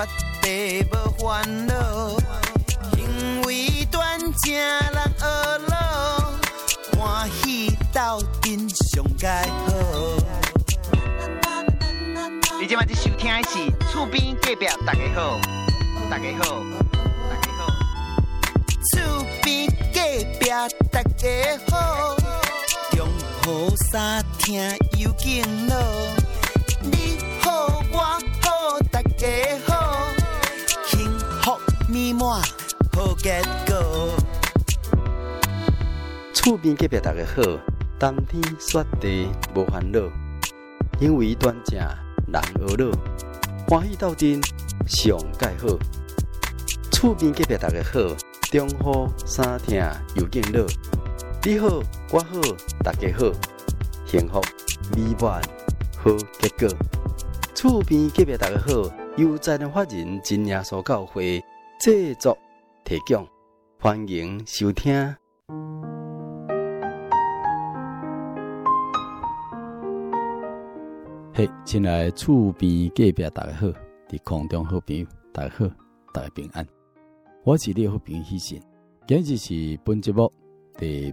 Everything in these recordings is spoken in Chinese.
绝地无烦恼，行为端正人学老，欢喜斗阵上介好。你今摆在收听的是厝边隔壁大家好，大家好，大家好，厝边隔壁大家好，中好三听有敬老，你好我好大家好，幸福美满好结果。 厝边隔壁大家好，冬天雪地无烦恼，行为端正人学老，欢喜斗阵上介好。厝边隔壁大家好，中好三听又敬老，你好我好大家好，幸福美满好结果。厝边隔壁大家好，由在人法人真耶稣教会制作提供，欢迎收听。嘿，亲爱的厝边隔壁大家好，伫空中好朋友大家好，大家平安。我是你的好朋友喜信，今日是本节目第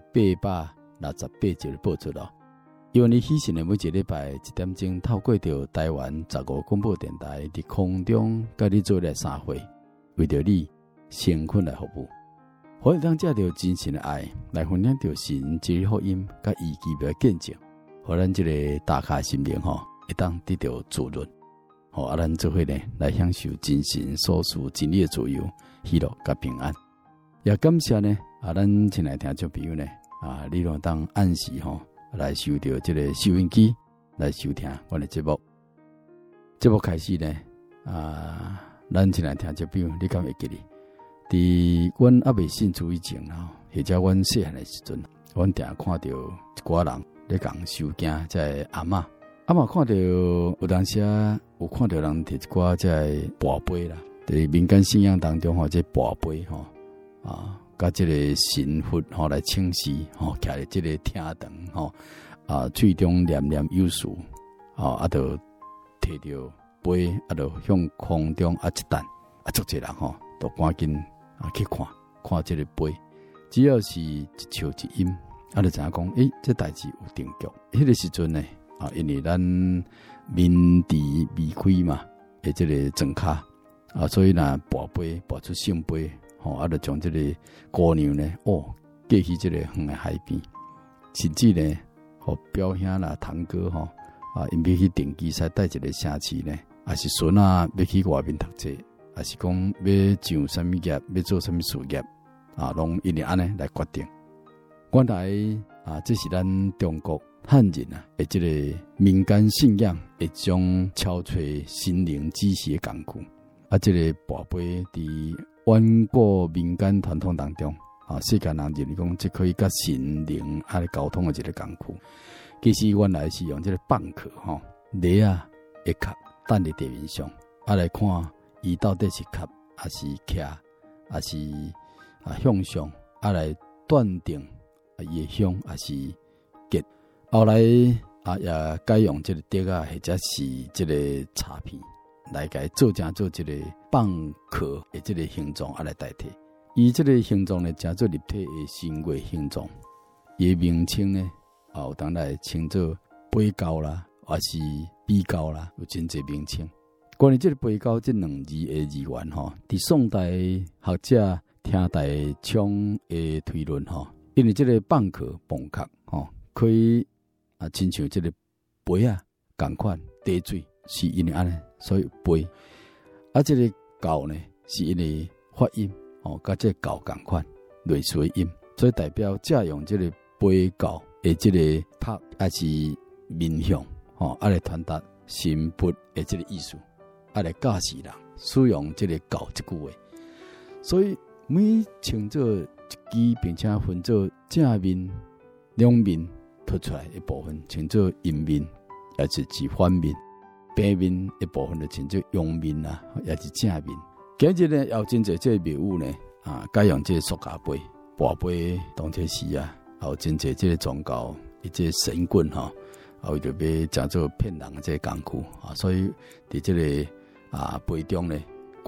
868集播出咯。因为你喜信的每一个礼拜1点钟，透过着台湾15广播电台伫空中，甲你做来3回，为着你辛苦来服务。可以当借着真神的爱来分享着神之福音，甲伊奇妙见证，互咱这个打开心灵吼。会当得到滋润，好咱做伙呢来享受真神所赐真理的自由、喜乐甲平安。也感谢呢咱亲爱听众朋友呢你若当按时来收到这个收音机来收听我的节目。节目开始呢咱亲爱听众朋友，你敢会记哩？伫阮还未信主以前或者阮细汉的时阵，阮定看到一寡人咧讲收惊在阿嬷。看到有当时有看到人摕一寡在跋杯啦，在民间信仰当中这跋杯甲这个神佛来请示徛在这个厅堂嘴中念念有词就摕着杯就向空中一弹足侪人都赶紧去看这个杯，只要是一笑一音就知影讲这代志有定局。迄个时阵呢因为咱面地未开嘛，这个装卡所以若跋杯跋出圣杯就将这个姑娘呢架去这个远的海边，甚至呢表兄啦堂哥因要去定期赛带一个城市呢，也是孙要去外面读册，也是讲要上什么业，要做什么事业拢因为安尼来决定。原来这是咱中国汉人的这个民间信仰一种超出心灵知识的工具这个跋杯伫远古民间传统当中世间人认为讲这可以甲神灵来沟通的一个工具。其实原来是用这个蚌壳泥一壳等伫地面上来看伊到底是壳还是徛还是向上来断定伊的向还是结。后来也改用这个竹或者是这个插片来改做这个蚌壳的这个形状来代替。伊这个形状呢，叫做立体的神月形状。伊的名称呢，有当来称作杯高啦，还是比高啦，有真侪名称。关于这个杯高这两字的字源伫宋代学者听大昌的推论因为这个蚌壳蚌壳可以亲像这个杯同款滴水，是因为安尼，所以杯这个高呢，是因为发音甲这个高同款类似的音，所以代表借用这个杯高的这个拍还是面向来传达神佛的这个意思，来教示人使用这个高这句话。所以每称作一支，并且分作正面、两面凸出来的部分，称作阴面，也是反面；平面的部分就称作阳面也是正面。今日呢，有真侪这个庙宇呢，改用这个塑胶杯、跋杯当这时有真侪这个宗教，这个神棍为着要叫做骗人的这个工具所以伫这个杯中呢，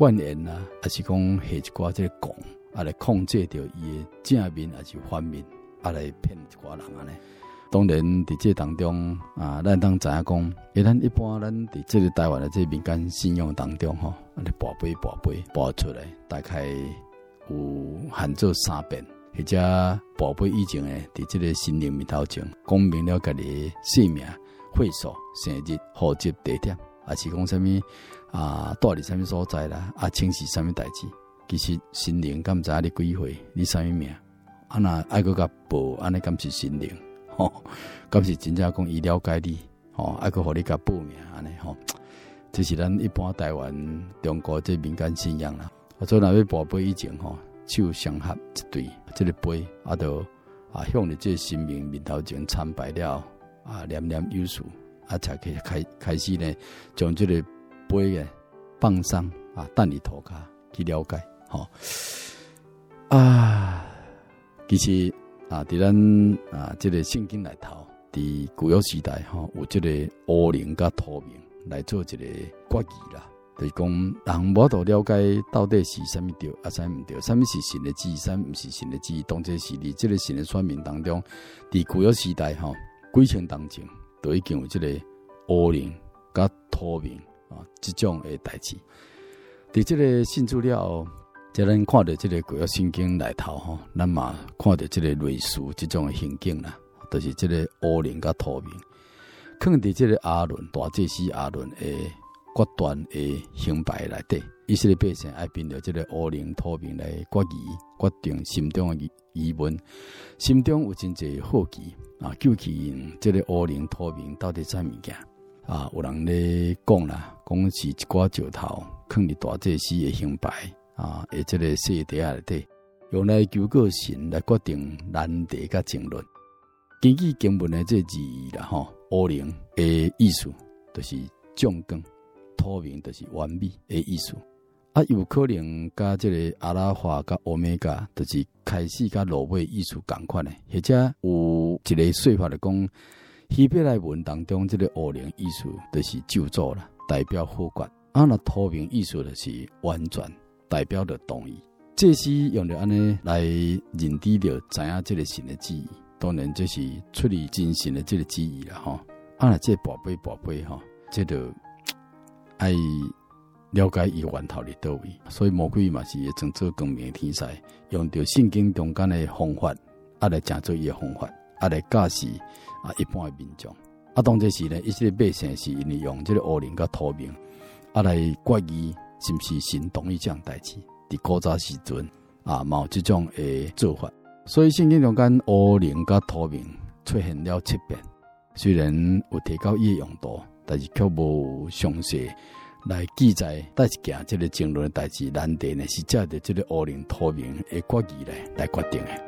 灌盐啊，还是讲下一寡这个汞啊来控制着伊的正面还是反面啊来骗一寡人安尼。当然伫这当中啊，咱当知影讲，咱一般咱伫这个台湾的这民间信仰当中吼，啊咧跋杯出来，大概有含做3遍，或者跋杯以前诶，伫这个神灵面头前，讲明了家己姓名、岁数、生日、户籍地点，啊是讲啥物啊，住伫啥物所在啦，啊请示啥物代志，其实神灵敢知影你几岁，你啥物名，啊若爱搁甲报，安尼敢是神灵？敢是真正讲伊了解你，还佫互你甲报名安尼吼，这是咱一般台湾中国这民间信仰啦。所以若要跋杯以前吼，手相合一对，这个杯就向着这神明面头前参拜了念念有词才可以开始呢，将这个杯嘅放上等你涂骹去了解其实。伫咱这个圣经内头，伫古约时代有这个乌灵甲土明来做一个决议啦，就是讲人无度了解到底是啥物对，啥物毋对，啥物是神的旨意，啥物毋是神的旨意，当这是伫这个神的选民当中，伫古约时代几千当前都已经有这个乌灵甲土明这种的代志。伫这个信主了后。即咱看到这个古约圣经内头咱嘛看到这个类似这种的情景啦，就是这个乌灵甲土明，放伫这个亚伦大祭司亚伦的决断的行牌内底，以色列百姓爱凭着这个乌灵土明来决定心中的疑问，心中有真侪好奇究竟这个乌灵土明到底啥物件有人咧讲啦，讲是一寡石头放伫大祭司的行牌。这个细地内底，用来求告神来决定难题甲争论。根据经文的这字义啦，乌灵的意思就是壮观，土明就是完美的意思。有可能甲这个阿拉法甲欧米伽，就是开始甲落尾意思同款的，或者有一个说法来讲，希伯来文当中这个乌灵意思就是救助啦，代表好决。那土明意思就是完全。代表着同意，这是用着安尼来认知着知影这个神的旨意。当然，这是出于真神的这个旨意啦，这跋杯这就爱了解伊源头伫倒位。所以魔鬼嘛是会装作光明的天使，用着圣经中间的方法，来正做伊的方法，来教示一般的民众。当这时呢，以色列百姓是因为用这个乌灵甲土明，来决议。是不是神同意这样代志？伫古早时阵有这种的做法，所以圣经中间乌灵甲土明出现了7遍，虽然有提到伊的用途，但是却无详细来记载带一件这个争论的代志。难题呢是借着这个乌灵土明的决议来决定的。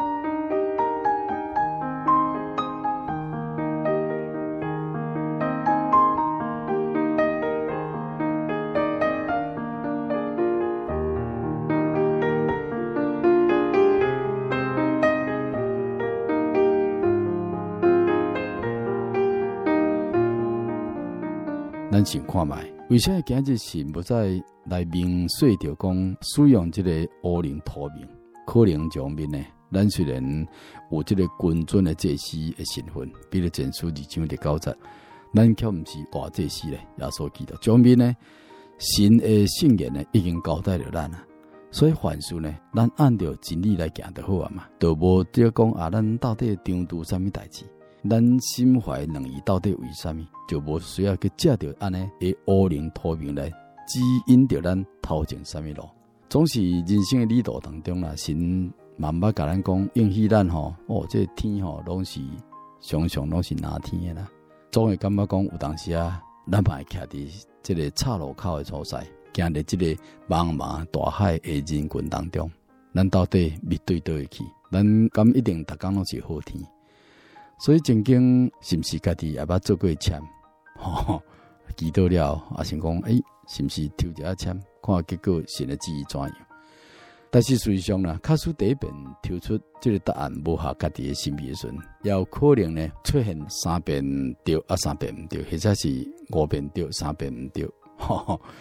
咱先看卖，为啥今日神不再来明说着讲使用这个乌灵土明？可能上面呢，咱虽然有这个君尊的祭司的身份，比如前书2章9节，咱却不是大祭司咧。耶稣基督上面呢，神的圣言呢已经交代了咱啊，所以凡事呢，咱按照真理来行就好啊嘛，就无得讲咱到底张拄什么代志。咱心怀两意到底为什么，就无需要去借着安尼的乌灵土明来指引着咱头前什么路。总是人生的旅途当中啦，神慢慢甲咱讲，应许咱这天拢是常常拢是哪天的啦。总会感觉讲有当时咱嘛会徛伫这个岔路口的所在，行伫这个茫茫大海的人群当中，咱到底面对倒会去？咱敢一定逐工拢是好天？所以曾经是不是家己也捌做过签？祈祷了，想讲是不是抽一下签，看结果神的旨意怎样？但是实际上啦，假使第一遍抽出这个答案无合家己的心意的时，也有可能呢出现3遍对3遍唔对，或者是5遍对3遍唔对。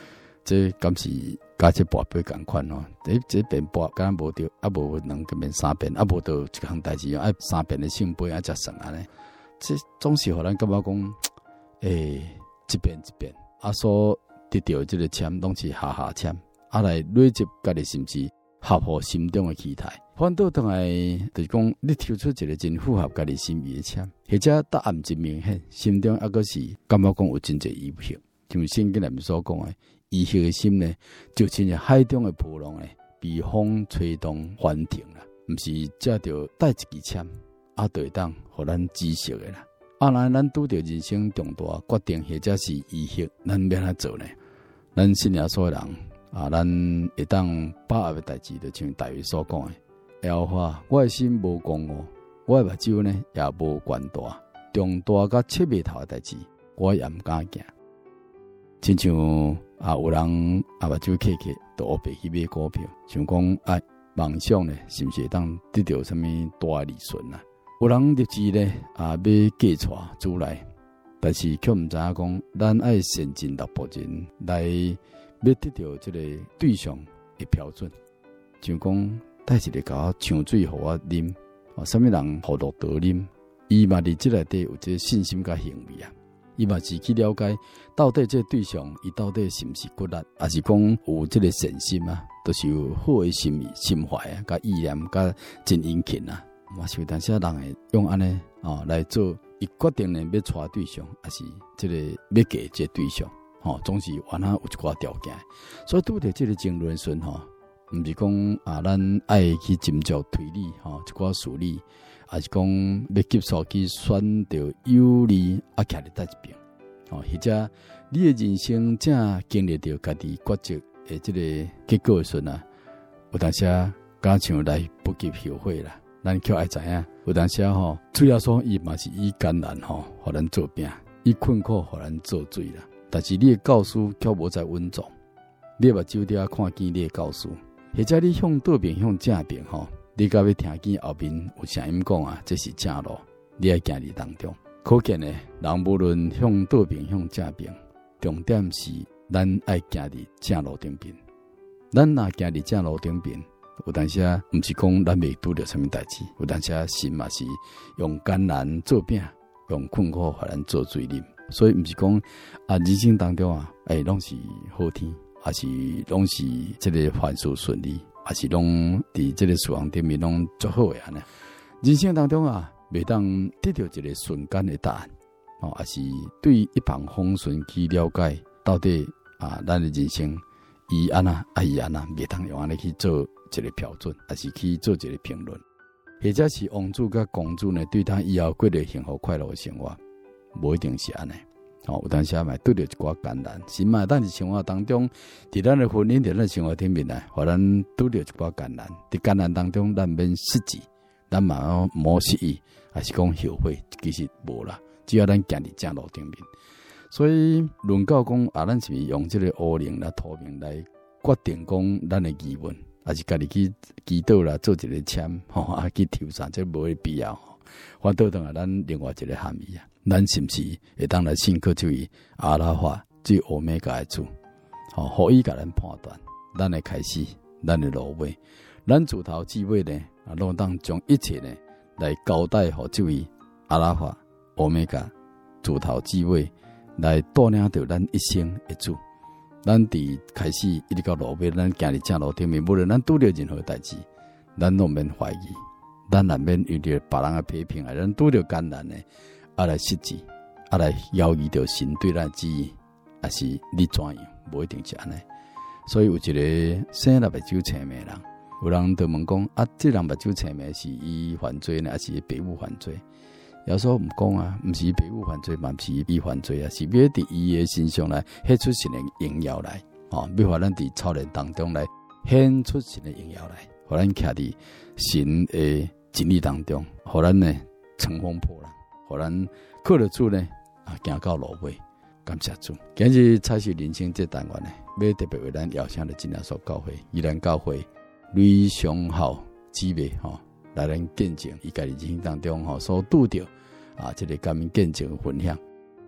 这敢是甲这跋杯共款哦。这边跋敢无着，啊无两边三边，啊无着一项代志啊三边的圣杯啊才算安尼。这总是互咱感觉讲，一遍一遍，啊所得到这个签拢是下签，啊来累积家己甚至合乎心中的期待。反倒倒来就是讲，你抽出一个真符合家己心意的签，或者答案真明显，心中还阁是感觉讲有真侪疑惑，像圣经内面所讲的，疑惑的心呢，就亲像海中的波浪呢，被风吹动翻腾啦，毋是借着带一支签，啊，就会当互咱知识的啦。啊，若咱拄着人生重大决定，或者是疑惑，咱要安怎做呢？咱信耶稣的人啊，咱会当把握的代志，就像大卫所讲的。妖化，我的心无光哦，我的目睭呢也无悬大，重大甲切眉头的代志，我也毋敢行。亲像有人目睭刻刻，都黑白去买股票，想讲梦想呢，是毋是会当得到什么大利润啊？有人立志呢要嫁娶主来，但是却毋知影讲，咱爱先进6步人来要得到这个对象的标准，像讲。带一个甲我抢水互我啉，什么人互落倒啉？伊嘛伫即内底有这信心甲行为啊！伊嘛是去了解到底这对象伊到底是毋是骨力，还是讲有这个善心啊？都是有好的心意、心怀啊，甲意念、甲真殷勤啊！嘛是有当时人会用安尼来做，伊决定呢要娶对象，还是这个要嫁这对象？总是完有一寡条件，所以拄着这个争论顺毋是讲咱爱去斟酌推理一寡事理，还是讲要急速去选择有利徛伫在一边，或者你的人生正经历着家己抉择的这个结果的时阵啊，有当时敢像来不及后悔啦。咱却爱知影，有当时主要说伊嘛是以艰难互咱做饼，以困苦互咱做水啦。但是你的教师却无在稳重，你目睭底看见你的教师。或者你向倒边向正边你甲要听见后面有声音讲这是正路，你爱行伫当中。可见呢，人无论向倒边向正边，重点是咱爱行伫正路顶边。咱若行伫正路顶边，有当时毋是讲咱袂拄着什么代志，有当时心嘛是用艰难做饼，用困苦互咱做水啉。所以毋是讲人生当中拢是好天。还是拢是这个凡事顺利，还是拢伫这个事项顶面拢足好诶安尼。人生当中袂当得到一个瞬间的答案，还是对一旁风顺去了解到底咱的人生伊安那伊安那，袂当用安尼去做一个标准，还是去做一个评论，或者是王子甲公主呢对他以后过着幸福快乐的生活，无一定是安尼。有当时嘛拄着一寡艰难，是嘛？但是生活当中，伫咱的婚姻、伫咱的生活顶面互咱拄着一寡艰难。伫艰难当中，咱免失志，咱嘛无失意，还是讲后悔，其实无啦。只要咱行伫正路顶面，所以论到讲咱是用这个乌灵啦、土命来决定讲咱的疑问，还是家己去祈祷啦，做一个签去抽啥，这无必要。反倒当咱另外一个含义啊。咱是毋是会当来信靠这位阿拉法最欧米伽的主？互伊甲咱判断，咱的开始，咱的落尾，咱自头至尾呢，拢当将一切呢来交代互这位阿拉法欧米伽自头至尾来带领着咱一生的主。咱伫开始一直到落尾，咱行伫正路顶面，无论咱拄着任何代志，咱拢免怀疑，咱也免遇着别人的批评咱拄着艰难呢。来失志，来犹豫着神对咱旨意，还是你怎样？无一定是安尼。所以有一个生了目睭青眉人，有人就问讲这人目睭青眉是伊犯罪呢，还是爸母犯罪？有时候毋讲毋是爸母犯罪，嘛毋是伊犯罪是要伫伊的身上来显出神的荣耀来，要互咱伫操练当中来显出神的荣耀来，互咱徛伫神的真理当中，互咱呢乘风破浪。互咱靠得住呢行到落尾，感谢主。今日采取人生这单元呢，要特别为咱邀请的真耶稣教会，依然教会吕尚浩姊妹来咱见证伊家己人生当中所拄着这个感恩见证的分享。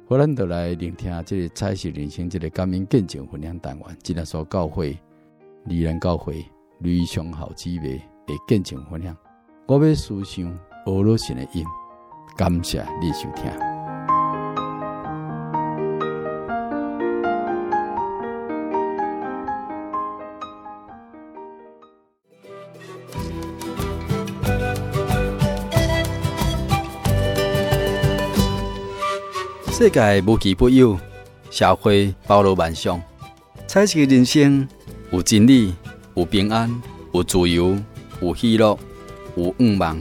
好，咱就来聆听这个彩色人生这个感恩见证分享单元，今日所教会宜兰教会吕上校姊妹的见证分享。我要思想俄罗斯的音，感谢你收听。世界无奇不有，社会包罗万象。彩色人生有真理，有平安，有自由，有喜乐，有愿望。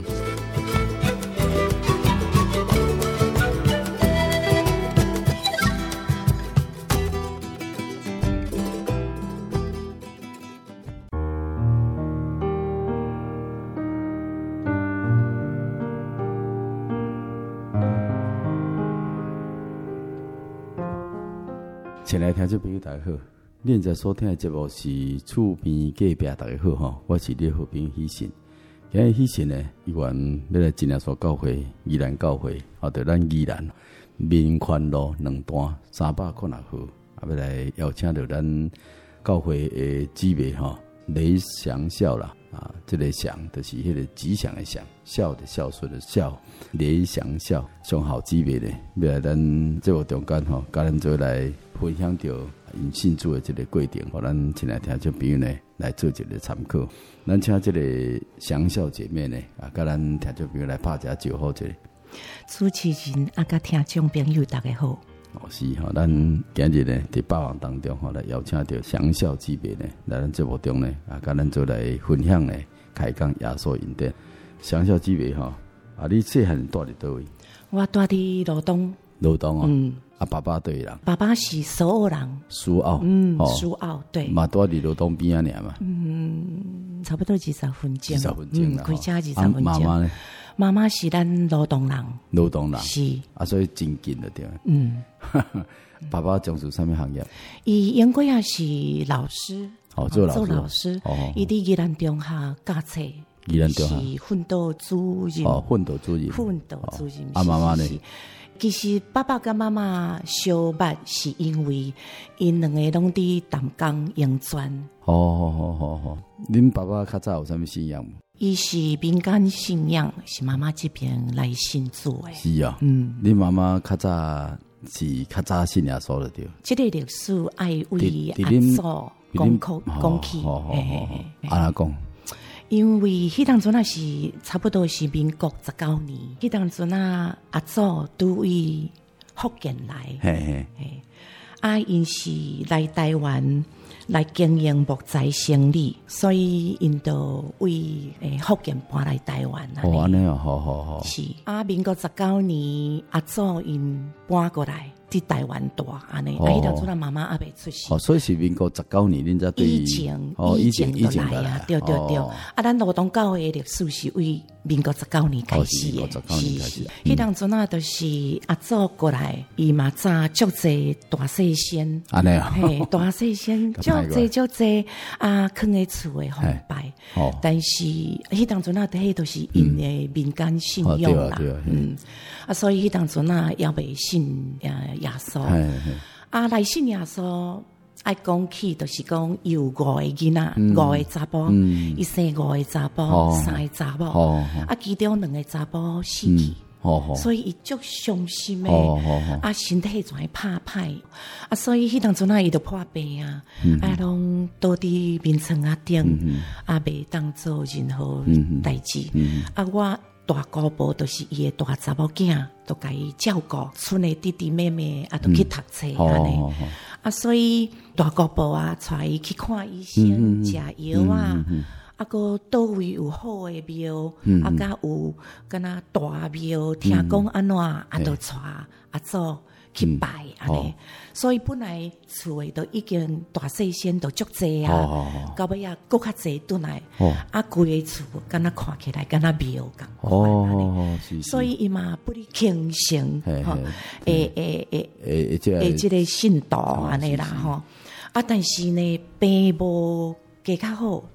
前来听众朋友大家好，恁在所听的节目是厝边隔壁大家好吼，我是你好朋友喜信。今日喜信呢，依然要来真耶稣教会宜兰教会，对咱宜兰民权路2段396號，要来邀请到咱教会的姊妹吼，雷祥孝啦这个祥就是迄个吉祥的祥，孝的孝顺的孝，雷祥孝上好姊妹呢，要来咱节目中间吼，甲咱做来分享到因信主的这个过程，互咱亲爱听众朋友呢来做一个参考。咱请这个祥孝姐妹呢甲咱听众朋友来拍一下招呼一下。 主持人甲听众朋友大家好。 是咱今日呢在百忙当中来邀请到祥孝姊妹呢来咱节目中呢甲咱做来分享呢开讲耶稣恩典。祥孝姊妹你细汉住伫倒位？ 我住伫罗东。 罗东爸爸对人？ 爸爸是苏澳人。 苏澳， 苏澳对。 嘛住伫罗东边仔尔嘛。 差不多20分钟。 20分钟啦。 开车20分钟。 妈妈呢？ 妈妈是咱罗东人。 罗东人是所以真近了对。爸爸从事什么行业？ 伊原本也是老师。 做老师。伊伫宜兰中学教册。 宜兰中学是训导主任。 训导主任。 妈妈呢？ 其实爸爸跟妈妈相捌，是因为因两个拢伫淡江营专。 恁爸爸较早有啥物信仰？ 伊是民间信仰，是妈妈这边来信主的。 是啊，恁妈妈较早信耶稣了对。 这个历史爱为阿祖讲起， 安怎讲？ 因为迄当阵是差不多是民国19年，迄当阵阿祖拄位福建来，因是来台湾来经营木材生意，所以因就为福建搬来台湾啦。 安尼好。 是民国19年阿祖因搬过来。伫台湾大安尼，迄当阵妈妈还未出世。 所以是民国19年，恁才对以前就来啊，对。咱罗东教会的历史是为民国19年开始的，是。迄当阵就是阿祖过来，伊嘛早足济大细仙， 安尼啊， 大细仙足济放喺厝的奉拜。但是迄当阵迄都是因的民间信仰啦，所以迄当阵也未信耶稣来信耶稣，爱讲起就是讲有5个囡仔，5个查甫，伊生5个查甫，3个查某，其中2个查甫死去，所以伊足伤心的，身体全拍歹，所以迄当阵伊就破病拢倒伫眠床顶，袂当做任何代志，我。大姑婆就是伊的大查某囝，都甲伊照顾，村的弟弟妹妹都去读册安尼。所以大姑婆带伊去看医生，食药个倒位有好的庙，甲有敢若大庙，听讲安怎都带阿祖去拜安尼。所以本来厝诶都已经大细先都足济到尾搁较济转来，规个厝敢若看起来敢若庙共款所以伊嘛不哩虔诚即个信徒安尼啦但是呢病无加较好，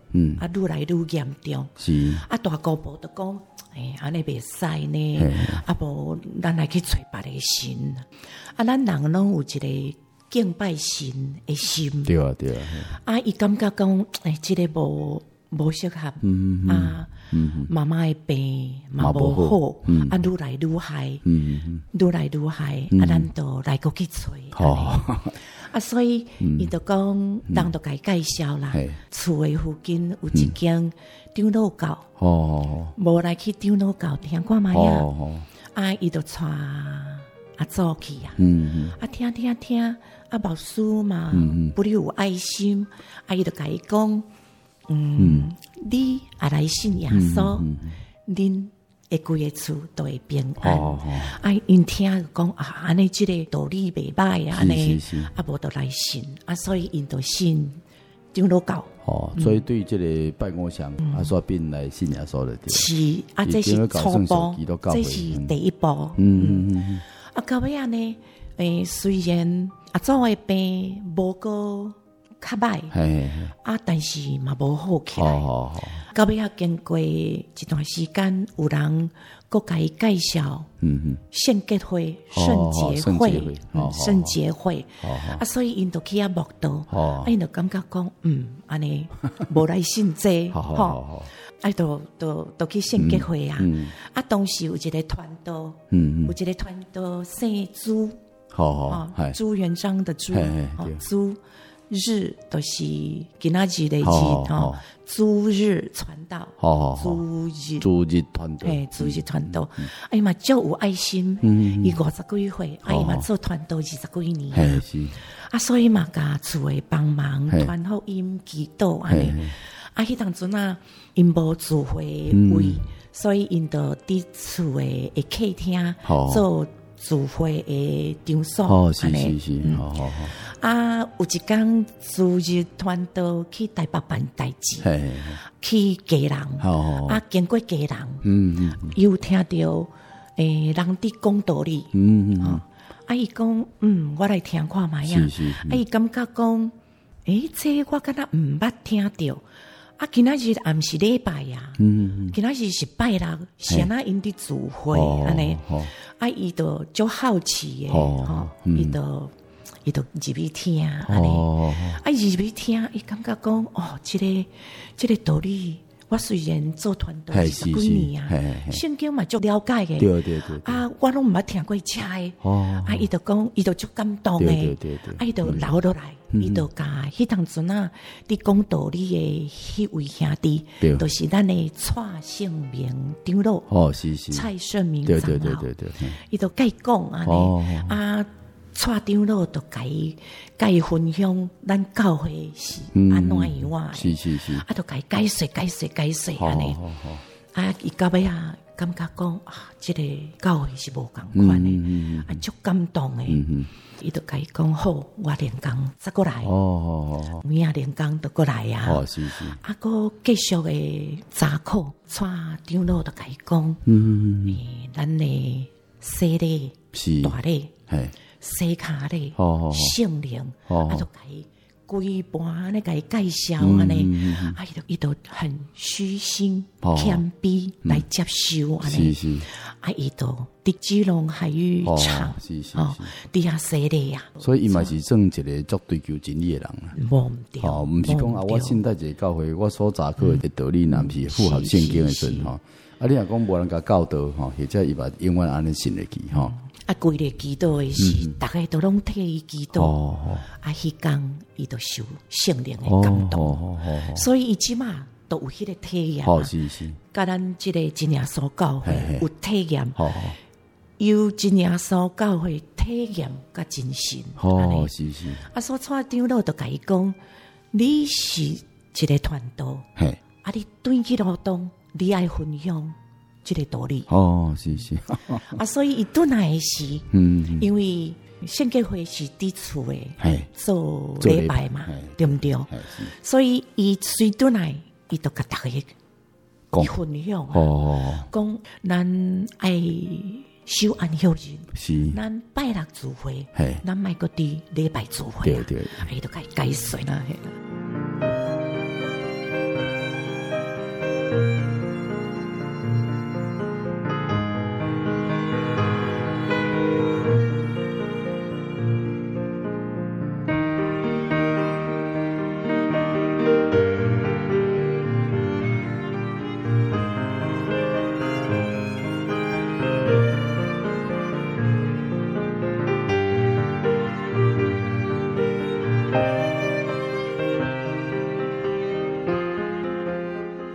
啊，愈来愈严重。 是啊，大姑婆就讲，安尼袂使呢，啊无咱来去找别个神。啊，咱人拢有一个敬拜神的心。 对啊，对啊。 啊，伊感觉讲，即个无适合，妈妈的病嘛无好，啊，愈来愈害，愈来愈害，啊，咱就来个去找。啊，所以伊就讲，人就甲伊介绍啦，厝的附近有一间长老教，无来去长老教听看卖呀，啊，伊就带阿祖去啊，啊，听，啊，牧师嘛，不哩有爱心，啊，伊就甲伊讲，你也来信耶稣，恁会规个厝都会平安。啊，因听讲啊，安尼即个道理袂歹啊，安尼啊，无就来信啊，所以因就信长老教。 所以对即个拜偶像啊，所变来信耶稣的。 是啊，这是初步，这是第一步。啊，到尾安尼，虽然阿祖的病无个较歹，啊，但是嘛无好起来。到尾啊，经过一段时间，有人佮甲伊介绍，圣洁会、圣洁会、圣洁会，啊，所以因就去遐慕道，啊，因就感觉讲，安尼无来信这，吼，啊，都去圣洁会啊，啊，当时有一个传道，有一个传道姓朱，朱元璋的朱，朱。日都是今仔日的日主日传道，主日传道，主日传道，哎嘛，足有爱心，伊50几岁，哎嘛做传道20几年，啊，所以嘛，甲厝诶帮忙，传福音、祈祷安尼，啊，迄当阵啊，因无聚会位，所以因就伫厝诶客厅做聚会诶场所， 是， 啊，有一天主日传道去台北办代志，去家人，啊，经过家人，又听到人伫讲道理，啊，伊讲，我来听看卖呀，啊，伊感觉讲，这我敢若毋捌听到。啊，今仔日也毋是礼拜呀，今仔日是拜六，是安因伫聚会安尼，啊，伊就足好奇诶，伊就入去听安尼，啊，入去听，伊感觉讲，这个道理，我虽然做团队10几年啊，圣经嘛足了解诶， 对， 啊，我拢毋捌听过遮诶，啊，伊就讲，伊就足感动诶，啊，伊就留落来。伊就甲迄当阵啊，伫讲道理诶，迄位兄弟，就是咱诶蔡圣明长老，蔡圣明长老，对，伊就甲伊讲安尼，啊，蔡长老就甲伊分享咱教会是安怎样啊，是，啊，就甲伊解说安尼，啊，伊到尾啊，感觉讲啊，即个教会是无共款诶，啊，足感动诶。伊就甲伊讲好，我连工再过来，明仔连工就过来呀。是，啊，个继续诶查考，蔡长老就甲伊讲，咱诶洗礼、大礼、洗骹礼、圣灵，啊，就甲伊规盘安尼甲伊介绍安尼，啊，伊就很虚心谦卑来接受安尼，啊，伊就伫基隆海域场，伫遐洗礼啊。 所以伊嘛是算一个足追求真理诶人啦。 无毋对， 毋是讲啊，我信在一个教会，我所查考诶道理，若毋是符合圣经诶时阵，啊，你若讲无人甲教导，或者伊嘛永远安尼信会去， 啊，规日祈祷诶是，逐个都拢替伊祈祷，啊，迄天伊就受圣灵诶感动，所以伊即马都有迄个体验， 是， 甲咱即个真耶稣教会有体验，有真耶稣教会体验甲真心， 是， 啊，所蔡长老就甲伊讲，你是一个传道，啊，你对去劳动，你爱分享。这个道理是啊，所以伊转来的时，因为圣洁会是伫厝诶做礼拜嘛，对毋对？所以伊随转来，伊就甲大家分享讲咱爱守安息日，是咱拜六聚会，咱莫个伫礼拜聚会，对，伊就甲伊解说啦。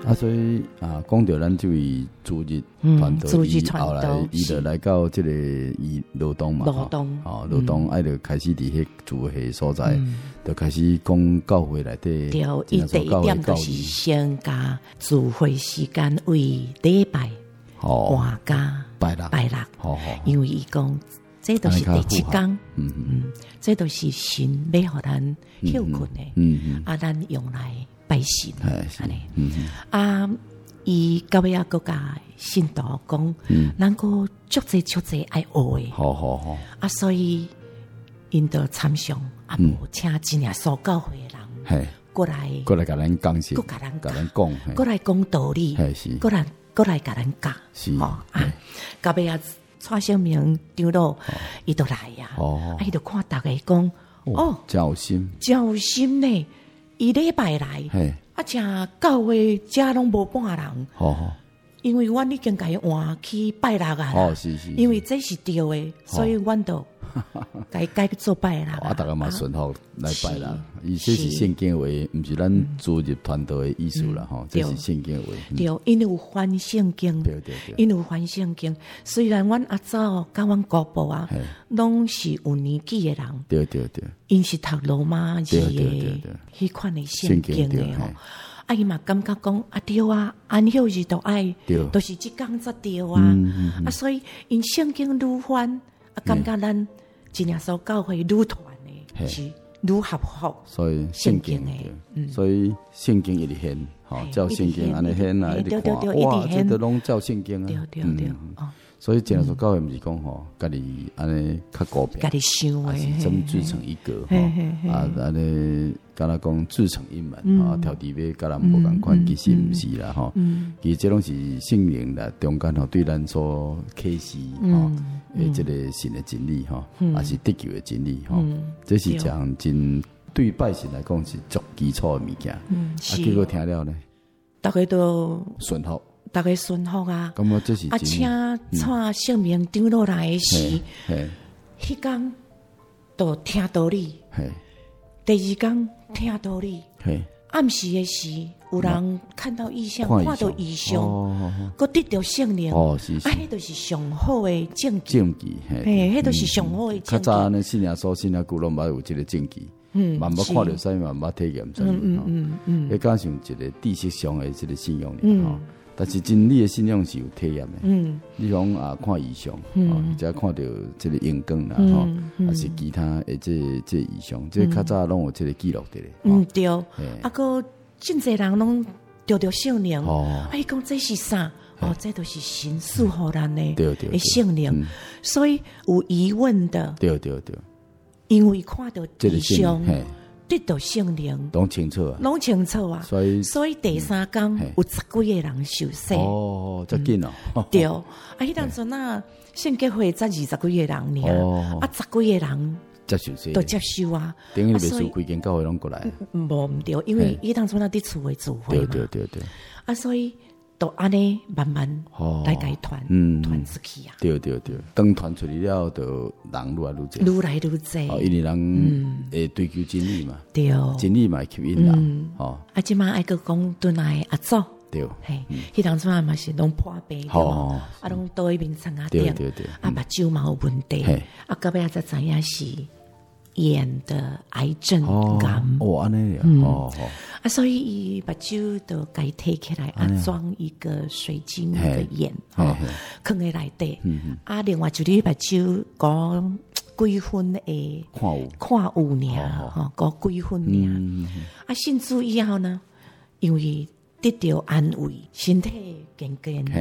所以讲到咱这位主日团队，后来伊就来到这个罗东嘛，罗东爱就开始伫迄主会所在，就开始讲教会内底。 对，伊第一点就是先加聚会时间为礼拜，换加拜六，因为伊讲这都是第7天，这都是神要互咱休困的，咱用来拜神，安尼伊到尾啊，国家信徒讲，咱个足济爱学的，所以因着参详，无请真正所教会的人，过来甲咱讲些， 甲咱讲，过来讲道理，过来甲咱教，到尾啊，蔡小明长老伊就来呀，伊就看大家讲， 交心呢，伊礼拜来。正教会遮拢无半人，因为阮已经甲伊换去拜六啊，因为这是对的，所以阮就改做拜六。 大家嘛顺服来拜六，伊这是圣经话，毋是咱主日团队的意思啦，这是圣经话。 对，因有翻圣经，因有翻圣经。虽然阮阿祖甲阮姑婆啊，拢是有年纪的人， 对， 因是读罗马字的迄款的圣经的吼。伊嘛感觉讲对啊，安休日都爱，都是即工作对啊，所以因圣经愈翻，感觉咱真正所教会愈团的是愈合乎， 所以圣经的，所以圣经一直现，照圣经安尼现啊，一直看，哇，这都拢照圣经啊， 对， 所以真正所教会毋是讲家己安尼较高标， 家己想诶，是怎自成一格安尼，敢若讲自成一门条地尾甲人无共款，其实毋是啦其实这拢是圣灵啦，中间对咱所启示诶，这个神的真理也是得救的真理这是讲真对拜神来讲是足基础的物件，结果听了呢， 大家都顺服。 大家顺服啊！ 这是请蔡圣明长老来的时，迄天就听道理，第二天听道理，暗时的时有人看到异象，看到异象，佮得到圣灵，迄就是上好的证据，迄就是上好的证据。 较早呢，信仰所信仰古拢捌有这个证据。慢慢看到，所以慢慢体验出来。你加上一个知识上的这个信仰但是真理的信仰是有体验的。你讲看异象，或者看到这个荧光啦，还是其他的这异象，这较早拢有这个记录的咧。 对，个真侪人拢得到圣灵，讲这是啥？这都是神赐予咱的圣灵，所以有疑问的， 对， 因为看到异象。得到圣灵， 拢清楚啊， 所以第3天有10几个人受洗。 这紧对，迄当阵圣洁会才20几个人尔，10几个人都接受啊。 等于别墅规间教会拢过来， 无毋对，因为迄当阵伫厝诶聚会嘛。 对， 所以。都安尼慢慢来改团出去啊！ 对，当团出去了，就人愈来愈济，因为人会追求真理嘛， 对， 真理嘛吸引人， 即马爱个讲顿来阿祖， 对， 迄当初嘛是拢破病，拢倒喺面床啊顶，目睭嘛有问题，到尾才知影是眼的癌症癌， 安尼所以伊目睭就该摕起来装一个水晶的眼放在内底，另外就是目睭讲几分的看有尔讲几分尔信主以后呢，因为得到安慰，身体健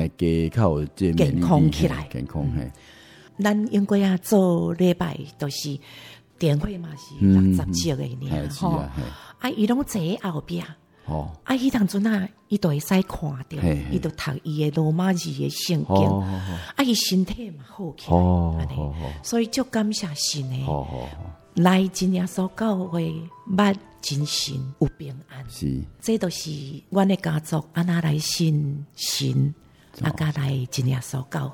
康起来，咱应该做礼拜都是电话嘛是60集的尔伊拢坐喺后壁，迄当阵伊都会使看到，伊都读伊的罗马字的圣经，伊身体嘛好起来，所以足感谢神的。来真正所教会捌真神有平安，这都是阮的家族安那来信神，甲来真正所教会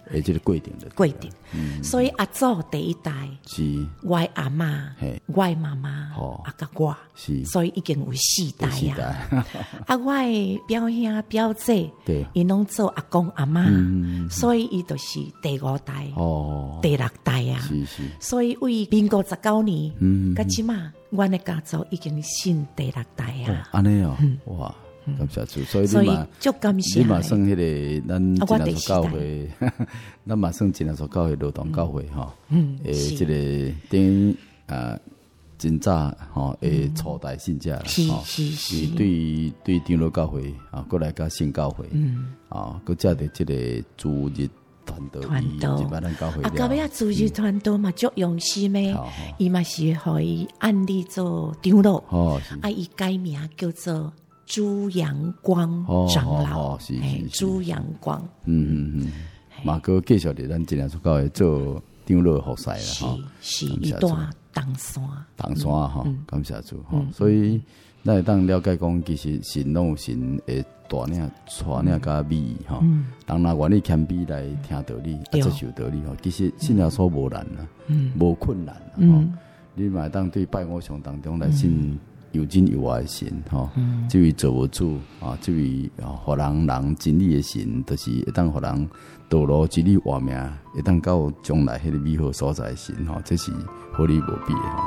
这个规定的规定。所以阿祖第一代是我阿嬷、我妈妈、甲我，所以已经有4代啊。啊，我表兄表姐，因拢做阿公阿嬷，所以伊就是第5代、第6代啊。所以为民国19年，甲即嘛，阮的家族已经信第6代啊。 安尼哦，哇！感谢主，所以你嘛算迄个咱真耶稣教会，咱嘛算真耶稣教会劳动教会吼。即个等于真早吼诶初代信者啦，是对长老教会过来甲新教会，搁加的即个主日团队，一般咱教会到尾主日团队嘛足用心诶，伊嘛是互伊按例做长老，伊改名叫做朱阳光长老，朱阳光， 嘛个继续伫咱真耶稣教会做长老服侍啦， 是一段东山吼，感谢主吼，所以咱会当了解讲，其实神拢有神诶大领、带领甲美吼，人若愿意谦卑来听道理、接受道理吼，其实信耶稣无难啦，无困难吼，你嘛会当对拜偶像当中来信。有真有爱的神吼，这位造物主啊，这位互人真理的神，就是会当互人道路真理活命，会当到将来迄个美好所在的神吼，这是合理无比的吼。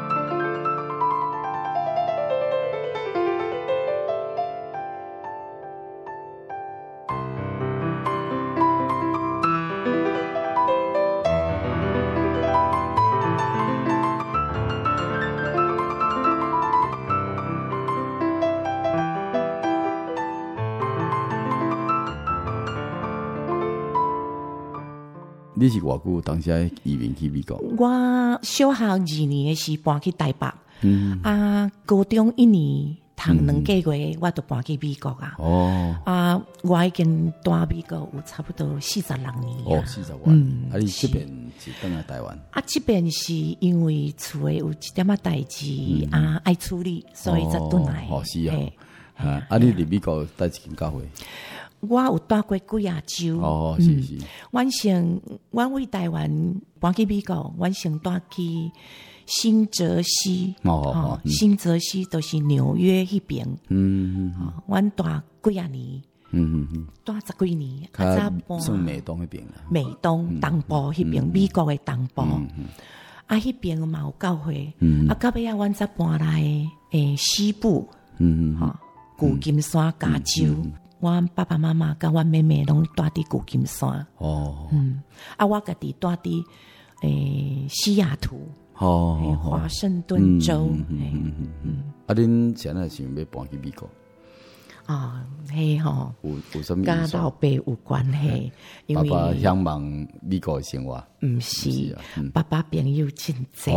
你是偌久当时移民去美国？ 我小学2年的时搬去台北，高中1年读2个月，我就搬去美国啊。我已经住美国有差不多46年。 40年。你这边是回来台湾？ 这边是因为厝诶有一点代志爱处理，所以才回来。 是啊。你伫美国带一间教会？ 我有住过几啊州， 是。 阮为台湾搬去美国，阮先住去新泽西，新泽西就是纽约迄边，阮住几啊年，住10几年， 算美东迄边啦， 美东东部迄边，美国的东部，迄边嘛有教会，到尾阮才搬来西部，旧金山加州。我爸爸妈妈跟我妹妹拢住伫旧金山。我家己住伫西雅图，华盛顿州。 恁现在想要搬去美国？有什么？ 甲老爸有关系，因为爸爸向往美国的生活。 毋是，爸爸朋友真济。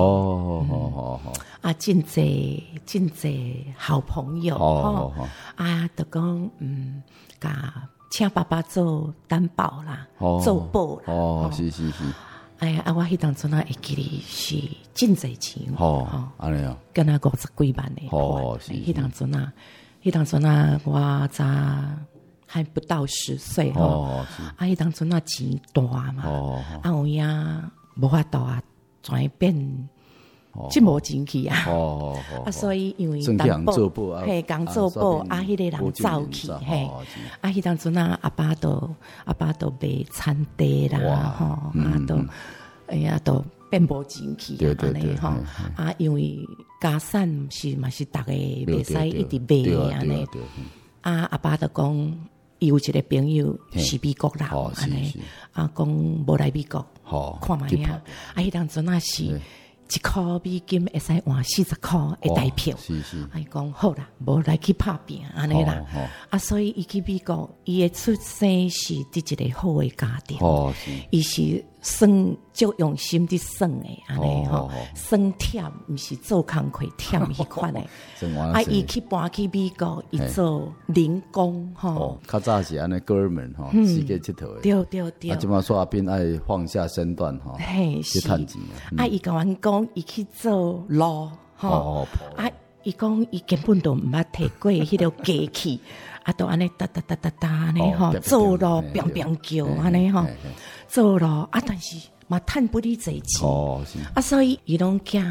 真济好朋友。就讲甲请爸爸做担保啦，做保啦。 是。 我迄当阵会记哩是真济钱。 安尼啊， 敢若50几万的。是。迄当阵我才还不到10岁迄当阵钱大嘛，有影无法度全变，真无钱去所以因为担保讲做保迄个人走去迄当阵阿爸都卖餐地啦都变无钱去安尼因为家产嘛是逐个袂使一直卖安尼阿爸就讲伊有一个朋友是美国人安尼讲无来美国看卖迄当阵是1块美金会使换40块的台票，讲好啦，无来去拍拼安尼啦。所以伊去美国，伊的出生是伫一个好的家庭，伊是算足用心伫算的安尼算忝，毋是做工课忝迄款的。伊去搬去美国，伊做零工较早是安尼哥们世界佚佗的。对。 即马煞变爱放下身段去趁钱。 伊甲阮讲，伊去做路伊讲伊根本都毋捌摕过迄条机器， 啊，都安尼哒哒哒哒哒安尼吼，走路乒乒叫安尼吼，走路啊，但是嘛趁不哩侪钱，啊，所以伊拢寄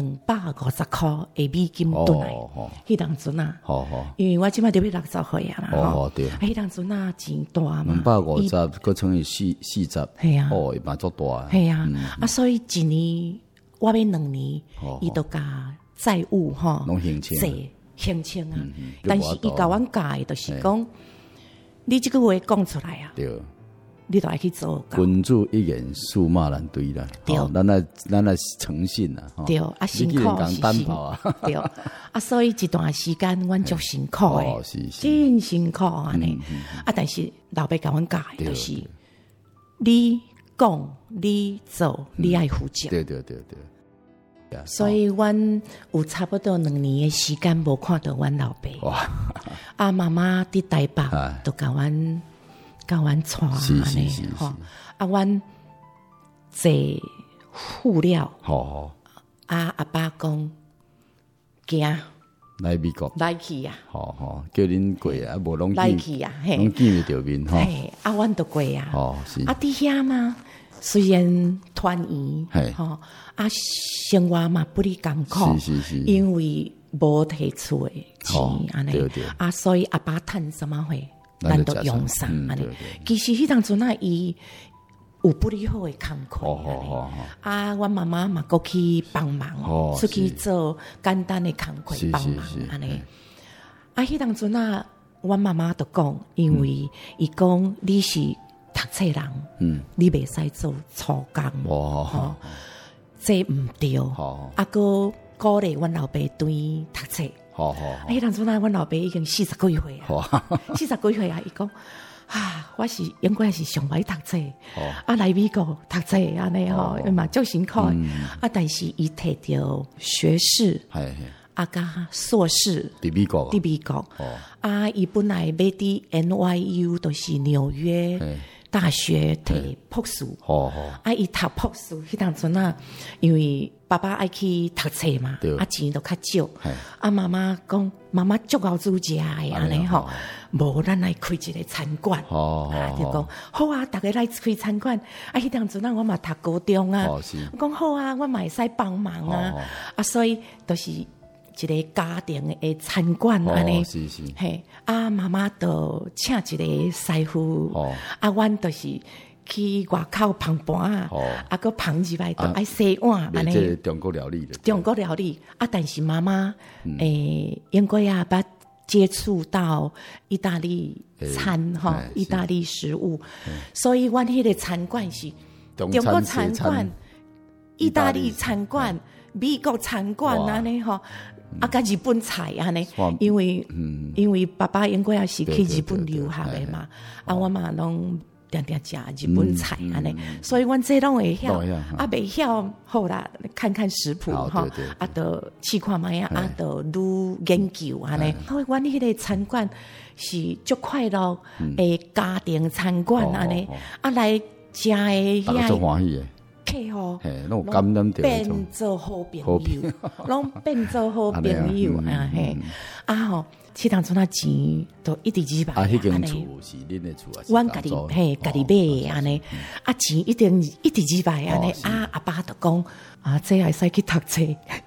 250块的美金转来，迄当阵啊，因为我即摆就要60岁啊嘛，吼，迄当阵啊钱大嘛 ，250佮乘以40， 系啊， 哦，嘛足大， 系啊，啊，所以一年我要2年，伊都甲债务吼， 拢还清啊，但是伊甲阮教的，就是讲，你这个话讲出来啊， 对。 你都爱去做。 君子一言，驷马难追啦。对，咱来诚信啦。 对，啊辛苦是担保啊。 对，啊所以一段时间阮足辛苦诶，真辛苦安尼。啊，但是老爸甲阮教诶，就是你讲、你做、你爱负责。 对。 所以阮有差不多2年诶时间无看到阮老爸。哇！啊，妈妈伫台北都甲阮带安尼吼，啊，阮坐护料，啊，阿爸讲惊来美国来去啊， 叫恁过啊，无拢来去啊， 拢见着面吼， 啊，阮都过啊， 是啊，伫遐嘛，虽然团圆，啊，生活嘛不哩艰苦，是，因为无提厝诶钱安尼，啊，所以阿爸趁什么会？咱都用上安尼，其实迄当阵啊，伊有不哩好诶工课啊，阮妈妈嘛过去帮忙，出去做简单诶工课帮忙安尼。啊，迄当阵啊，阮妈妈都讲，因为伊讲你是读册人，你袂使做粗工，这毋对，啊个鼓励阮老爸对读册。迄当阵啊，阮老爸已经40几岁啊，40几岁啊，伊讲啊，我是应该是上歹读册，啊来美国读册安尼吼，嘛足辛苦啊，但是伊摕着学士，啊甲硕士， 伫美国，啊，伊本来要伫 NYU 都是纽约大学摕博士，啊，伊读博士迄当阵啊，因为爸爸爱去读册嘛，啊钱都较少，啊妈妈讲妈妈足够煮食诶安尼吼，无咱来开一个餐馆，就讲好啊，大家来开餐馆，啊迄当阵啊我嘛读高中啊，我讲好啊，我嘛会使帮忙啊，啊所以都是一个家庭诶餐馆安尼，嘿，啊妈妈就请一个师傅，啊阮就是去外口捧盘啊，啊个捧入来就爱洗碗安尼。 中国料理的。 中国料理啊，但是妈妈应该啊捌接触到意大利餐哈，意大利食物，所以阮迄个餐馆是中国餐馆、意大利餐馆、美国餐馆安尼吼。啊，甲日本菜安尼，因为爸爸应该也是去日本留学的嘛，啊，我嘛拢定食日本菜安尼，所以阮这拢会晓，啊，袂晓好啦，看看食谱哈，啊，都试看卖啊，啊，都愈研究安尼，所以阮迄个餐馆是足快乐诶家庭餐馆安尼，啊，来食诶遐。客户拢变做好朋友，拢变做好朋友啊嘿！啊吼，迄当阵啊钱都一直几百啊，迄间厝是恁的厝啊？ 阮家己家己买安尼，啊钱一直几百安尼，啊阿爸就讲啊，这还使去读册。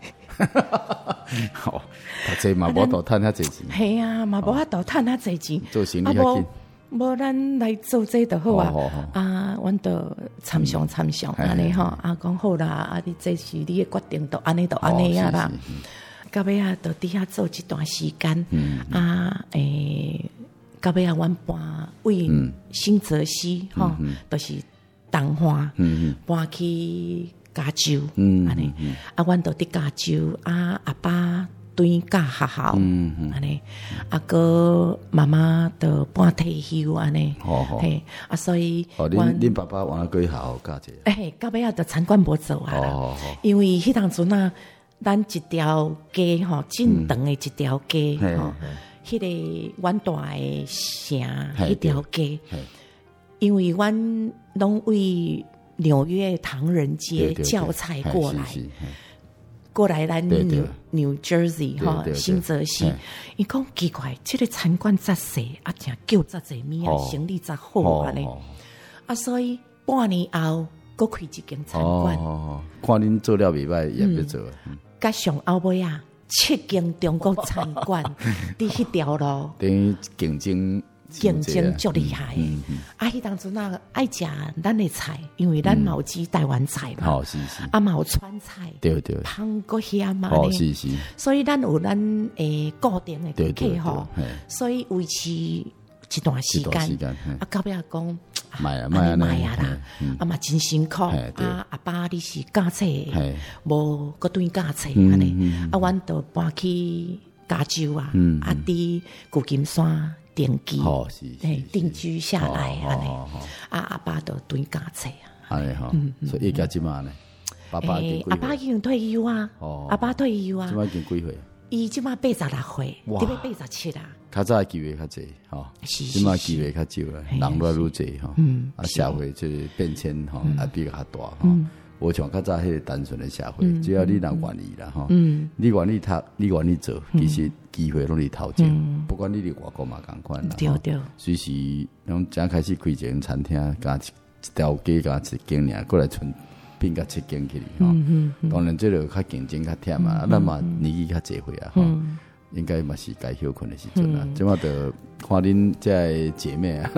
好，读册嘛无多趁遐济钱。 系啊，嘛无法度趁遐济钱。 做生意较紧。 无咱来做这就好啊！啊，阮都参详安尼吼，啊讲好啦，啊你这是你的决定，都安尼啊啦。到尾啊，都伫遐做一段时间，啊到尾啊，阮搬为新泽西吼，都是东华，搬去加州，安尼啊，阮都伫加州啊，阿爸。对教学校，安尼，啊个妈妈都半退休安尼，嘿，啊所以， 恁爸爸往哪去校教者？ 到尾啊，就餐馆无做啊，因为迄当阵啊，咱一条街吼，正长的一条街吼，迄个阮大的城迄条街，因为阮拢为纽约唐人街教菜过来咱 New Jersey 哈，新泽西，伊讲奇怪，这个餐馆咋细啊？正叫咋济米啊？生意咋好安尼？啊，所以半年后，搁开一间餐馆。 看恁做了袂歹，也要做。 加上后尾啊，7间中国餐馆伫迄条路， 等于竞争足厉害。迄当初那爱食咱的菜，因为咱毛煮台湾菜嘛，啊嘛有川菜， 对， 香锅虾嘛， 是， 所以咱有咱固定的客户，所以维持一段时间，啊，到尾讲卖啊啦，啊嘛真辛苦，啊阿爸你是教册，无个对教册安尼，啊，阮就搬去加州啊，啊伫旧金山定居，定居下来安尼，啊阿爸就对教册啊， 安尼吼，所以一家即嘛呢，阿爸已经退休啊，阿爸退休啊， 即嘛已经几岁？ 伊即马86岁，特别87啦。 较早机会较济，吼，即马机会较少啦，人越来越济吼，啊，社会即变迁吼，也比较大吼，无像较早迄个单纯的社会，只要你若愿意啦吼，你愿意读，你愿意做，其实机会拢伫头前，不管你伫外国嘛共款啦， 对， 随时拢正开始开一间餐厅，加一条街加一间尔，过来剩变甲7间去吼，当然这个较竞争较忝啊，咱嘛年纪较侪岁啊吼。应该嘛是该休困的时阵啊，即马就看恁这姐妹啊。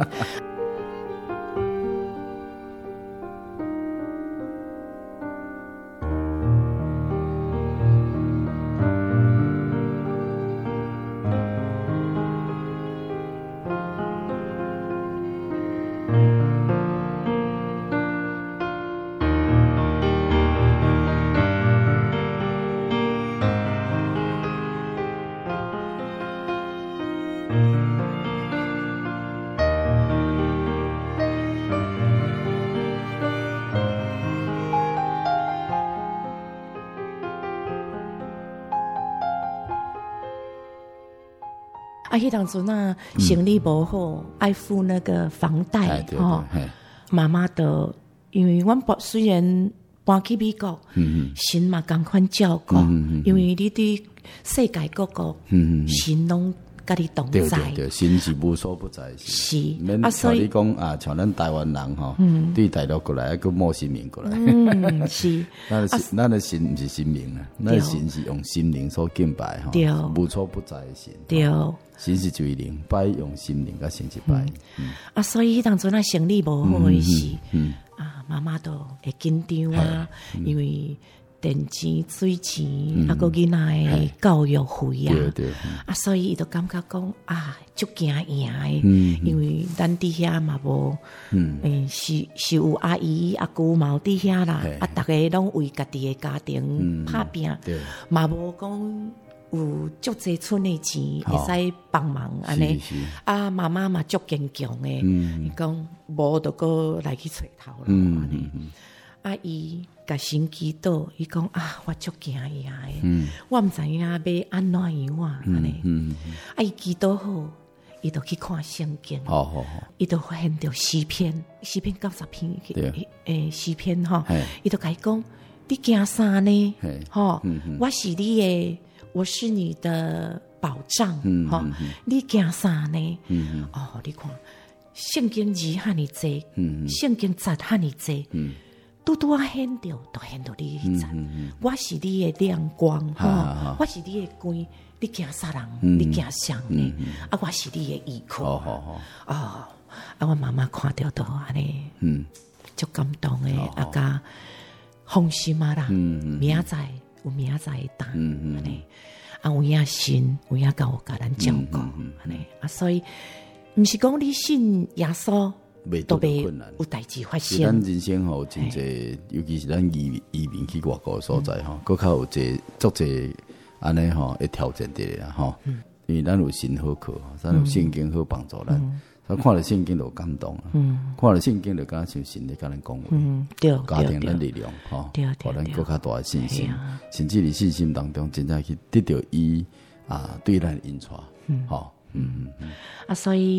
迄当初那生理不好，爱付那个房贷哦。妈妈的，因为阮虽然搬去美国，神嘛共款照顾，因为你伫世界各国，神拢甲你同在， 对，神是无所不在， 是啊，所以你讲啊，像咱台湾人吼，对大陆过来，个冒新名过来， 是， 咱的神毋是神明啊，咱的神是用心灵所敬拜吼，无所不在的神， 对。 神是最灵，拜用心灵甲神一拜。 啊，所以当初那生理无好的时，啊，妈妈都会紧张啊，因为电钱、水钱，啊，个囡仔的教育费啊，啊，所以伊就感觉讲啊，足惊赢的，因为咱伫遐嘛无，是有阿姨阿姑嘛有伫遐啦，啊，大家拢为家己的家庭打拼，嘛无讲。有足济村的钱会使帮忙安尼，啊妈妈嘛足坚强诶，伊讲无就搁来去找头咯安尼，啊伊甲神祈祷，伊讲啊我足惊呀诶，我毋知影要安怎样安尼，啊伊祈祷好，伊就去看圣经，伊就发现着诗篇90篇诗篇吼，伊就甲伊讲你惊啥呢？吼，我是你诶。我是你的保障，你惊啥呢？你看圣经字汉你济，圣经字汉你济，拄拄啊显着，都显着你迄阵。我是你的亮光，我是你的光，你惊啥人？你惊啥呢？啊，我是你的依靠。啊，我妈妈看到都安尼，足感动诶，啊加放心啊啦，明仔载。有明仔载打，安尼啊，有影神，有影甲我甲咱照顾，安尼啊，所以毋是讲你信耶稣，都袂有代志发生。 咱人生吼，真济，尤其是咱移民去外国所在吼，佫较有足济安尼吼，会挑战的啦吼。因为咱有神好靠，咱有圣经好帮助咱。他看了圣经就感动啊，看了圣经就敢像神咧甲咱讲话， 对， 加添咱力量吼，互咱更较大的信心，甚至伫信心当中，真正去得到伊啊对咱的引带，吼， 啊，所以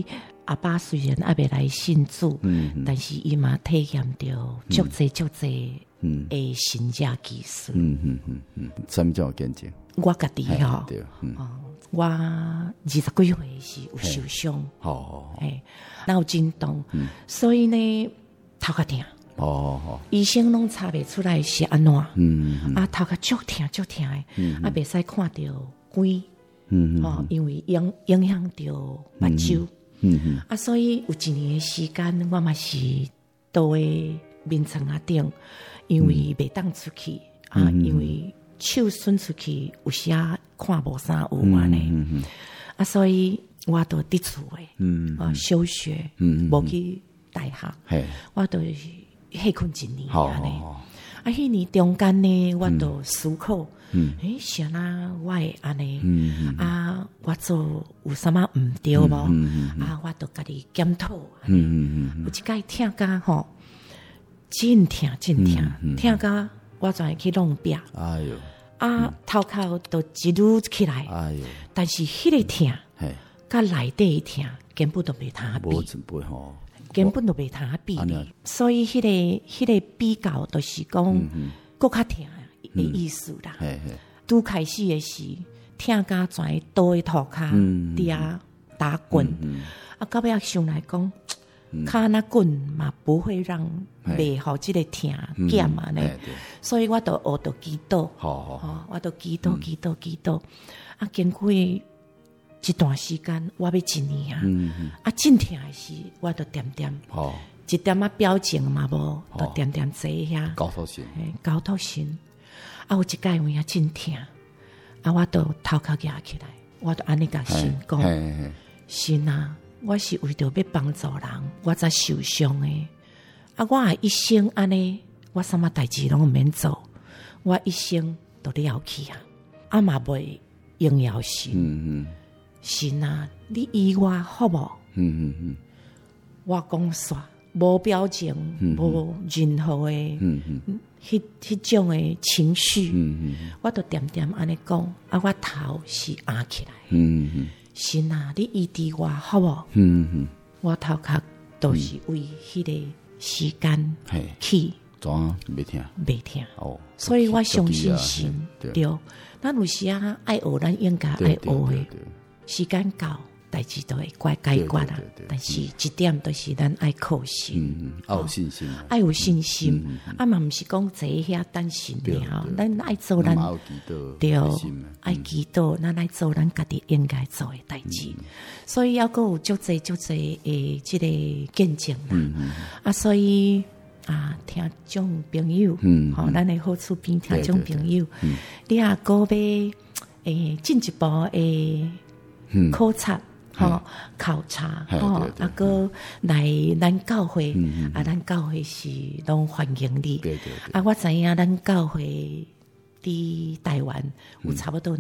阿爸虽然还未来信主，但是伊嘛体验到足济诶神家技术。 什么叫见证？ 我家己吼，我20几岁是有受伤，脑震荡，所以呢头壳痛。医生拢查袂出来是安怎，头壳足痛诶，袂使看到光，因为影响到目睭，所以有一年的时间，我嘛是倒喺眠床啊顶，因为袂当出去因为手伸出去有时看无啥有嘛呢，所以我都伫厝诶，休学，无去大学，我都歇困一年安尼。迄年中间呢，我都思考，啥啦，我会安尼，我做有啥物毋对无？我都家己检讨。有一摆听甲吼，真痛，痛甲我全去弄壁。哎哟，头壳都一路起来。哎哟，但是迄个痛，甲内底痛根本都袂通比。根本都袂通比例，所以迄个比较都是讲更较痛的意思啦。拄开始的是痛甲全倒喺涂骹伫遐打滚，到尾想来讲，骹那滚嘛不会让袂好即个痛减嘛呢，所以我都学到祈祷，我都祈禱，经过一段时间，我要一年真痛的是，我都点一点表情嘛无，都点坐遐。高头神，有一摆有影真痛，我都头壳压起来，我都安尼甲神讲，神啊，我是为着要帮助人，我才受伤的。我一生安尼，我什么代志拢毋免做，我一生都了去嘛袂应邀神。神啊，你医我好无？我讲煞，无表情，无任何的迄种的情绪，我都点安尼讲，我头是压起来。神啊，你医治我好无？我头壳都是为迄个时间去， 怎袂听？ 所以我相信神对。咱有时爱学，咱应该爱学的。时间到，代志都会解决啦。但是一点都是咱爱靠神， 爱有信心， 爱有信心。嘛毋是讲坐遐等神了，咱爱做咱对，爱祈祷，咱爱做咱家己应该做的代志。所以还佫有足济诶，即个见证啦。所以听众朋友，咱的好处边听众朋友，你也佫要进一步诶。考察考察个来咱教会咱教会是拢欢迎你。我知影咱教会伫台湾有差不多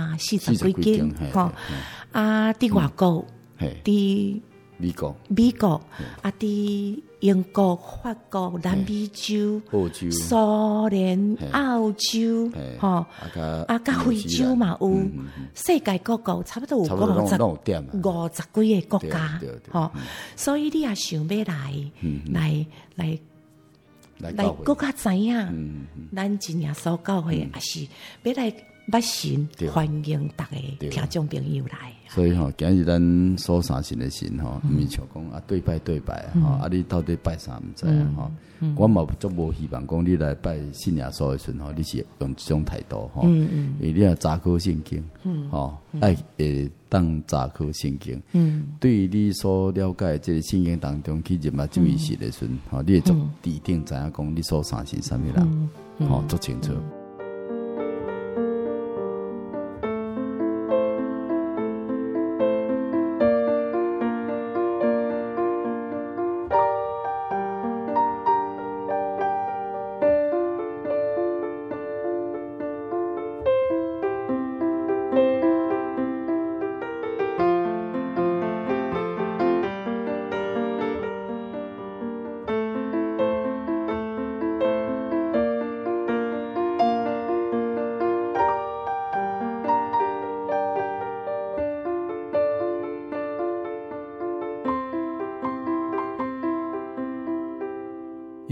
240几间伫外国伫美国伫英国、法国、南美洲、苏联、澳洲，甲非洲嘛有，世界各国差不多有50几个国家，所以你也想要来更加知影，咱真耶稣教会也是要来捌神，欢迎大家听众朋友来。 所以今日咱所相信的神毋是像讲对拜你到底拜啥毋知我嘛足无希望讲你来拜信耶稣的时候，你是用这种态度因为你也查考圣经爱会当查考圣经对于你所了解这个圣经当中去入这位事的时候你会足笃定知影讲你所相信啥物人足清楚。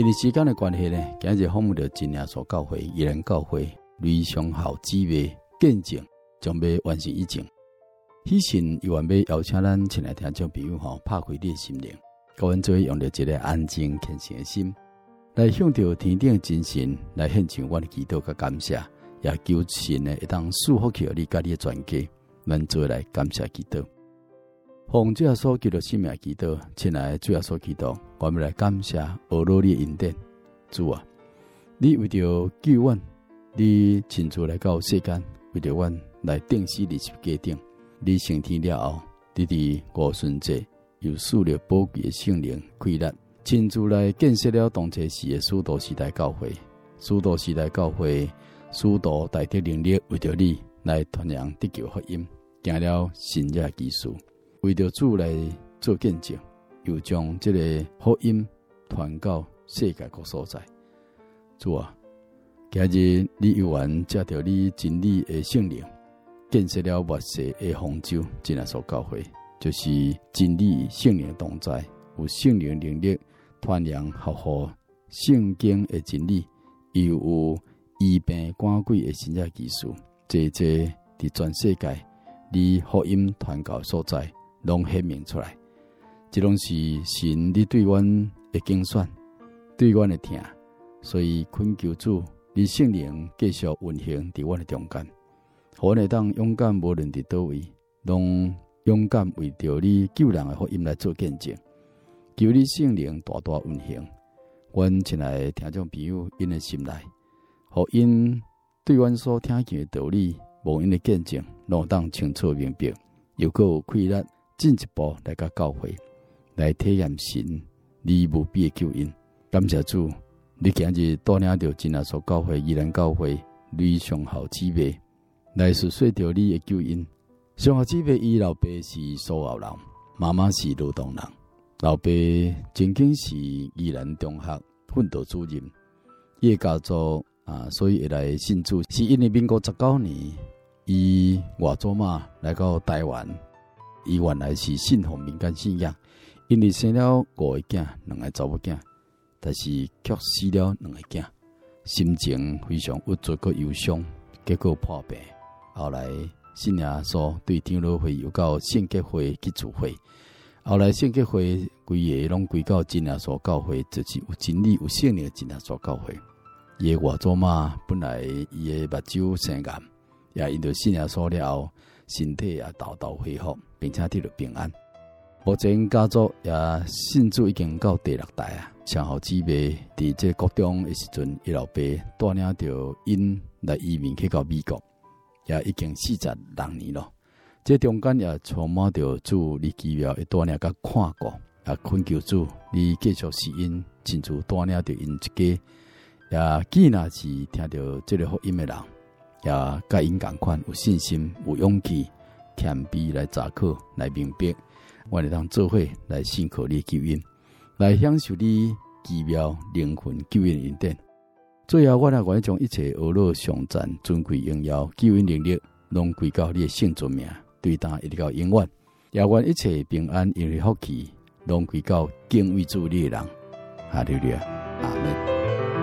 因为时间的关系呢，今日访问到真耶稣教会宜兰教会吕上校姊妹见证将要完成以前，喜信又愿要邀请咱亲爱听众朋友拍开你的心灵，甲阮做用着一个安静虔诚的心，来向着天顶真神来献上阮的祈祷甲感谢，也求神呢会当祝福去你甲你的全家，咱做来感谢祈祷。奉主耶稣基督生命祈祷，亲爱的主耶稣祈祷，我们来感谢俄罗你的恩典。主啊，你为着救阮，你亲自来到世间，为着阮来定死立十架顶。你升天了后，你伫五旬节又赐了宝贵的圣灵开力，亲自来建设了当初时的使徒时代教会。使徒时代教会使徒带着能力，为着你来传扬得救福音，行了新约技术。为着主来做见证，又将这个福音传到世界各所在。主啊，今日你又愿借着你真理的圣灵，建设了末世的方舟，真耶稣教会，就是真理圣灵的同在，有圣灵能力传扬合乎圣经的真理，又有医病赶鬼的新约技术，这伫全世界你福音传到所在，拢显明出来。这拢是神你对阮的拣选，对阮的听，所以恳求主，你圣灵继续运行伫阮的中间，互阮会当勇敢，无论伫倒位，拢勇敢为着你救人的福音来做见证。求你圣灵大大运行，阮亲爱的听众朋友因的心内，互因对阮所听见的道理，无因的见证，拢当清楚明白，又阁有开力进一步来甲教会，来体验神你无比的救恩。感谢主，你今日带领着真耶稣教会宜兰教会吕上校姊妹来述说着你的救恩。上校姊妹伊老爸是苏澳人，妈妈是罗东人。老爸曾经是宜兰中学训导主任，伊的家族所以会来信主，是因为民国19年，伊外祖妈来到台湾。伊原来是信奉民间信仰，因为生了5个囝，2个查某囝，但是却死了2个囝，心情非常郁卒佮忧伤，结果破病。后来信耶稣，对长老会又到圣洁会去聚会，后来圣洁会规个拢归到真耶稣教会，就是有真理有圣灵的真耶稣教会。伊的外祖妈本来伊的目睭生癌，也因着信耶稣了后，身体也豆豆恢复，并且得到平安。目前家族也信主已经到第6代啊。上校姊妹伫这国中的时阵，伊老爸带领着因来移民去到美国，也已经46年了。这中间也充满着主你奇妙的带领甲看顾，也恳求主你继续施恩，亲自带领着因一家。也既然是听到这个福音的人，也甲因同款有信心、有勇气、谦卑来查考、来明白，我哋当做伙来信靠你救恩，来享受你奇妙灵魂救恩恩典。最后，我也愿意将一切阿乐上赞、尊贵、荣耀、救恩能力，拢归到你的圣尊名，对当一直到永远。也愿一切平安、因为福气，拢归到敬畏主你的人。哈利路亚，阿门。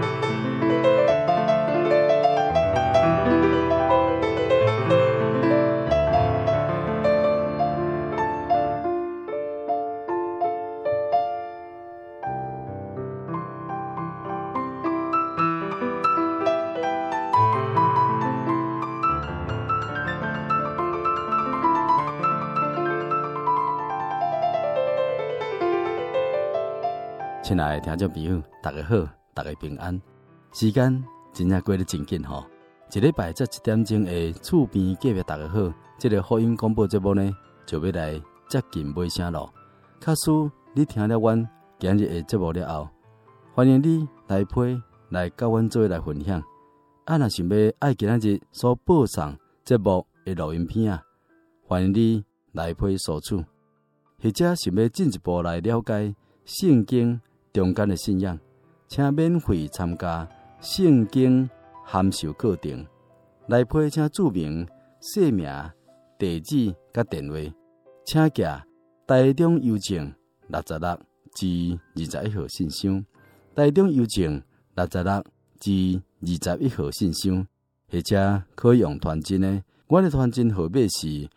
亲爱的听众朋友，大家好，大家平安。时间真正过得真紧吼，一礼拜这1点钟的厝边隔壁大家好，这个福音广播节目呢，就要来接近尾声咯。假使你听了阮今日的节目了后，欢迎你来批来甲阮做来分享。若想要爱今仔日所播送节目的录音片啊，欢迎你来批索取，或者想要进一步来了解圣经中间的信仰，请免费参加圣经函授课程。来批请注明姓名、地址甲电话，请寄台中邮政66至21号信箱， 台中邮政66至21号信箱，或者可以用传真的。我的传真号码是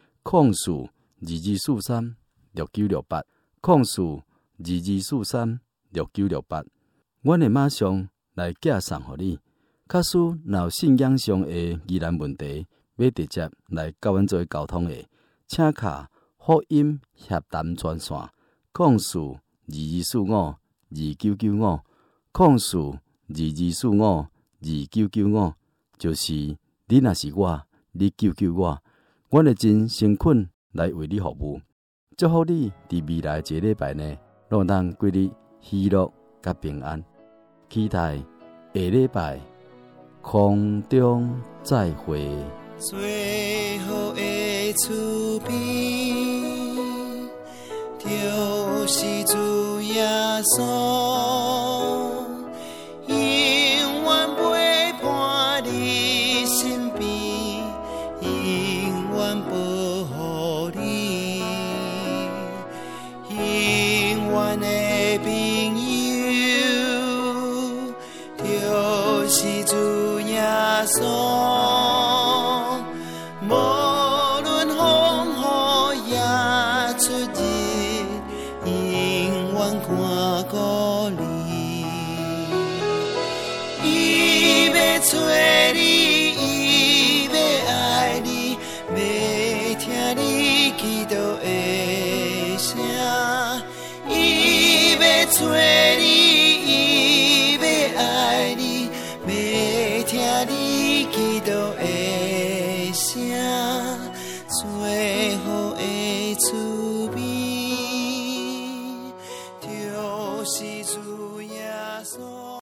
0422436968，0422436968。我会马上来寄送给你。假使若有信仰上的疑难问题，要直接来甲阮做沟通的，请卡福音协谈专线0422452995，0422452995，就是你若是我，你救救我，我会真诚恳来为你服务。祝福你伫未来一个礼拜内，拢当过日喜乐甲平安。期待下礼拜空中再会。 最后的厝边，就是主耶稣，永远陪伴你身边，永远保护你，永远的朋友，就是主耶稣。找你，伊要爱你，要听你祈祷的声。伊要找你，伊要爱你，要听你祈祷的声。最好的厝边，就是主耶稣。